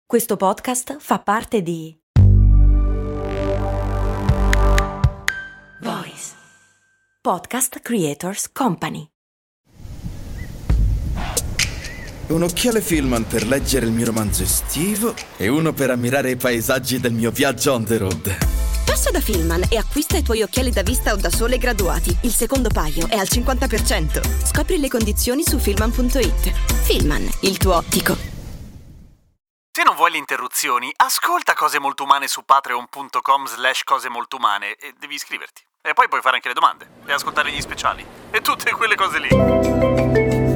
Questo podcast fa parte di Voice Podcast Creators Company. Un occhiale Filman per leggere il mio romanzo estivo e uno per ammirare i paesaggi del mio viaggio on the road. Passa da Filman e acquista i tuoi occhiali da vista o da sole graduati. Il secondo paio è al 50%. Scopri le condizioni su Filman.it. Filman, il tuo ottico. Se non vuoi le interruzioni, ascolta Cose Molto Umane su patreon.com/cosemoltoumane e devi iscriverti. E poi puoi fare anche le domande e ascoltare gli speciali e tutte quelle cose lì.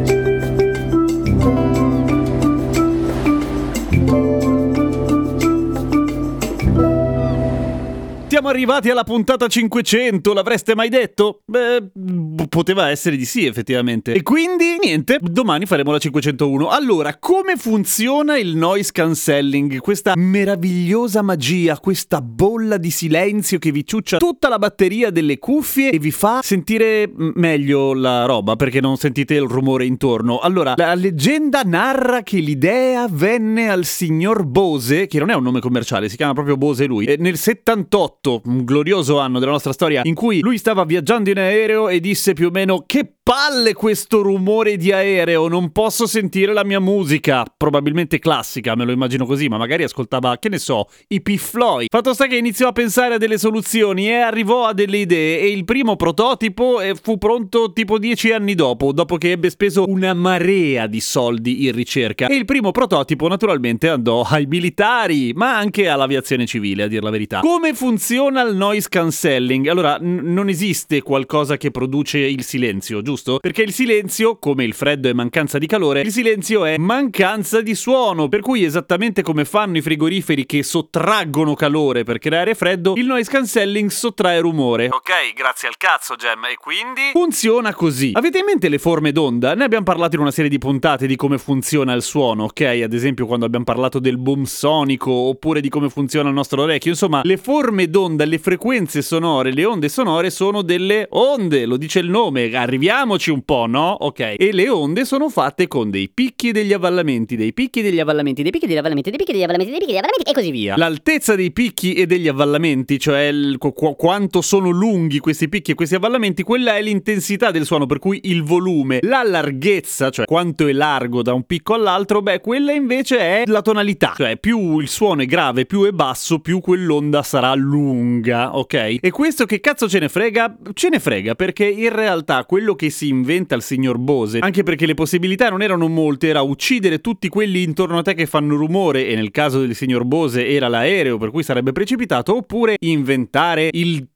Siamo arrivati alla puntata 500, l'avreste mai detto? Beh, poteva essere di sì, effettivamente. E quindi, niente, domani faremo la 501. Allora, come funziona il noise cancelling? Questa meravigliosa magia, questa bolla di silenzio che vi ciuccia tutta la batteria delle cuffie e vi fa sentire meglio la roba, perché non sentite il rumore intorno. Allora, la leggenda narra che l'idea venne al signor Bose, che non è un nome commerciale, si chiama proprio Bose lui, nel 78. Un glorioso anno della nostra storia in cui lui stava viaggiando in aereo e disse più o meno: che palle questo rumore di aereo, non posso sentire la mia musica, probabilmente classica, me lo immagino così, ma magari ascoltava, che ne so, i Pink Floyd. Fatto sta che iniziò a pensare a delle soluzioni e arrivò a delle idee, e il primo prototipo fu pronto tipo 10 anni dopo che ebbe speso una marea di soldi in ricerca, e il primo prototipo naturalmente andò ai militari, ma anche all'aviazione civile, a dir la verità. Come funziona il noise cancelling? Allora, non esiste qualcosa che produce il silenzio, giusto? Perché il silenzio, come il freddo è mancanza di calore, il silenzio è mancanza di suono, per cui esattamente come fanno i frigoriferi che sottraggono calore per creare freddo, il noise cancelling sottrae rumore. Ok, grazie al cazzo, Gem, e quindi? Funziona così. Avete in mente le forme d'onda? Ne abbiamo parlato in una serie di puntate di come funziona il suono, ok? Ad esempio quando abbiamo parlato del boom sonico, oppure di come funziona il nostro orecchio. Insomma, le forme d'onda, le frequenze sonore, le onde sonore sono delle onde, lo dice il nome, arriviamoci un po', no? Ok. E le onde sono fatte con dei picchi e degli avvallamenti, dei picchi e degli avvallamenti, dei picchi e degli avvallamenti, dei picchi e degli avvallamenti, dei picchi e degli avvallamenti, e così via. L'altezza dei picchi e degli avvallamenti, cioè quanto sono lunghi questi picchi e questi avvallamenti, quella è l'intensità del suono, per cui il volume. La larghezza, cioè quanto è largo da un picco all'altro, quella invece è la tonalità, cioè più il suono è grave, più è basso, più quell'onda sarà lunga, ok? E questo che cazzo ce ne frega? Ce ne frega, perché in realtà quello che si inventa il signor Bose, anche perché le possibilità non erano molte, era uccidere tutti quelli intorno a te che fanno rumore, e nel caso del signor Bose era l'aereo per cui sarebbe precipitato, oppure inventare il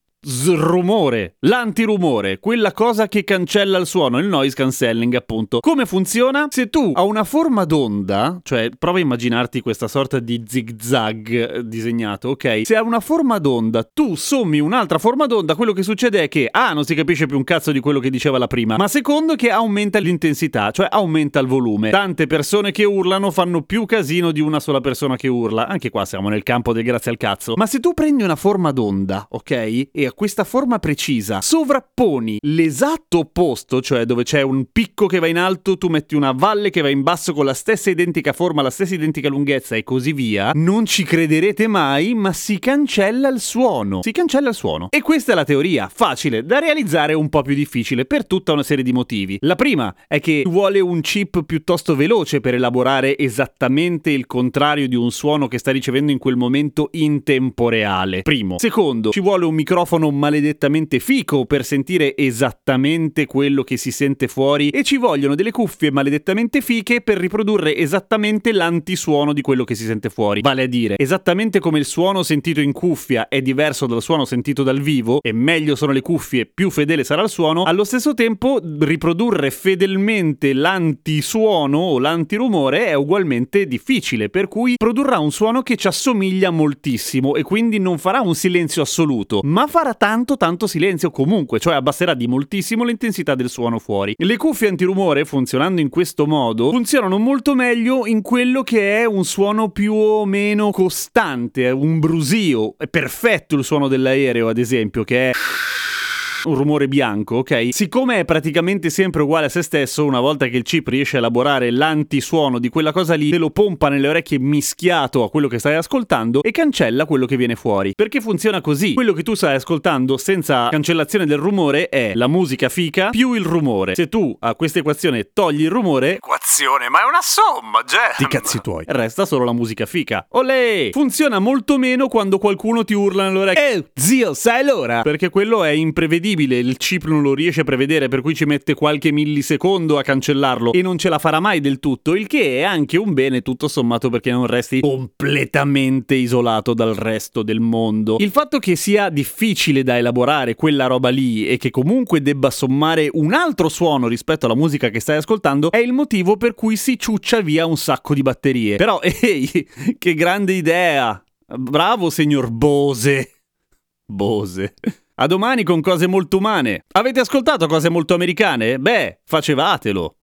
rumore, l'antirumore, quella cosa che cancella il suono, il noise cancelling, appunto. Come funziona? Se tu hai una forma d'onda, cioè prova a immaginarti questa sorta di zigzag disegnato, ok? Se hai una forma d'onda, tu sommi un'altra forma d'onda, quello che succede è che non si capisce più un cazzo di quello che diceva la prima, ma secondo che aumenta l'intensità, cioè aumenta il volume. Tante persone che urlano fanno più casino di una sola persona che urla. Anche qua siamo nel campo del grazie al cazzo. Ma se tu prendi una forma d'onda, ok? E a questa forma precisa sovrapponi l'esatto opposto, cioè dove c'è un picco che va in alto, tu metti una valle che va in basso con la stessa identica forma, la stessa identica lunghezza e così via, non ci crederete mai, ma si cancella il suono. Si cancella il suono. E questa è la teoria, facile, da realizzare un po' più difficile per tutta una serie di motivi. La prima è che vuole un chip piuttosto veloce per elaborare esattamente il contrario di un suono che sta ricevendo in quel momento in tempo reale. Primo. Secondo, ci vuole un microfono maledettamente fico per sentire esattamente quello che si sente fuori, e ci vogliono delle cuffie maledettamente fiche per riprodurre esattamente l'antisuono di quello che si sente fuori. Vale a dire, esattamente come il suono sentito in cuffia è diverso dal suono sentito dal vivo, e meglio sono le cuffie, più fedele sarà il suono, allo stesso tempo riprodurre fedelmente l'antisuono o l'antirumore è ugualmente difficile, per cui produrrà un suono che ci assomiglia moltissimo e quindi non farà un silenzio assoluto, ma farà tanto silenzio comunque, cioè abbasserà di moltissimo l'intensità del suono fuori. Le cuffie antirumore, funzionando in questo modo, funzionano molto meglio in quello che è un suono più o meno costante, un brusio. È perfetto il suono dell'aereo, ad esempio, che è un rumore bianco, ok? Siccome è praticamente sempre uguale a se stesso, una volta che il chip riesce a elaborare l'antisuono di quella cosa lì, te lo pompa nelle orecchie mischiato a quello che stai ascoltando e cancella quello che viene fuori. Perché funziona così: quello che tu stai ascoltando senza cancellazione del rumore è la musica fica più il rumore. Se tu a questa equazione togli il rumore, Equazione, ma è una somma, Gem! ti cazzi tuoi, resta solo la musica fica. Olè! Funziona molto meno quando qualcuno ti urla nell'orecchio: zio, sai l'ora? Perché quello è imprevedibile, il chip non lo riesce a prevedere, per cui ci mette qualche millisecondo a cancellarlo e non ce la farà mai del tutto, il che è anche un bene tutto sommato, perché non resti completamente isolato dal resto del mondo. Il fatto che sia difficile da elaborare quella roba lì e che comunque debba sommare un altro suono rispetto alla musica che stai ascoltando è il motivo per cui si ciuccia via un sacco di batterie. Però, ehi, che grande idea! Bravo, signor Bose. Bose. A domani con cose molto umane. Avete ascoltato cose molto americane? Beh, facevatelo.